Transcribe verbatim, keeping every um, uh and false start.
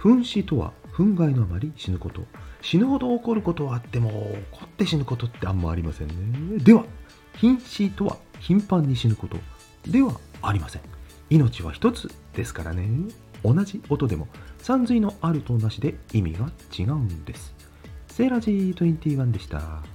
糞死とは憤慨のあまり死ぬこと。死ぬほど起こることはあっても、起こって死ぬことってあんまありませんね。では、瀕死とは頻繁に死ぬことではありません。命は一つですからね。同じ音でもさんずいのあるとなしで意味が違うんです。セーラージーにじゅういちでした。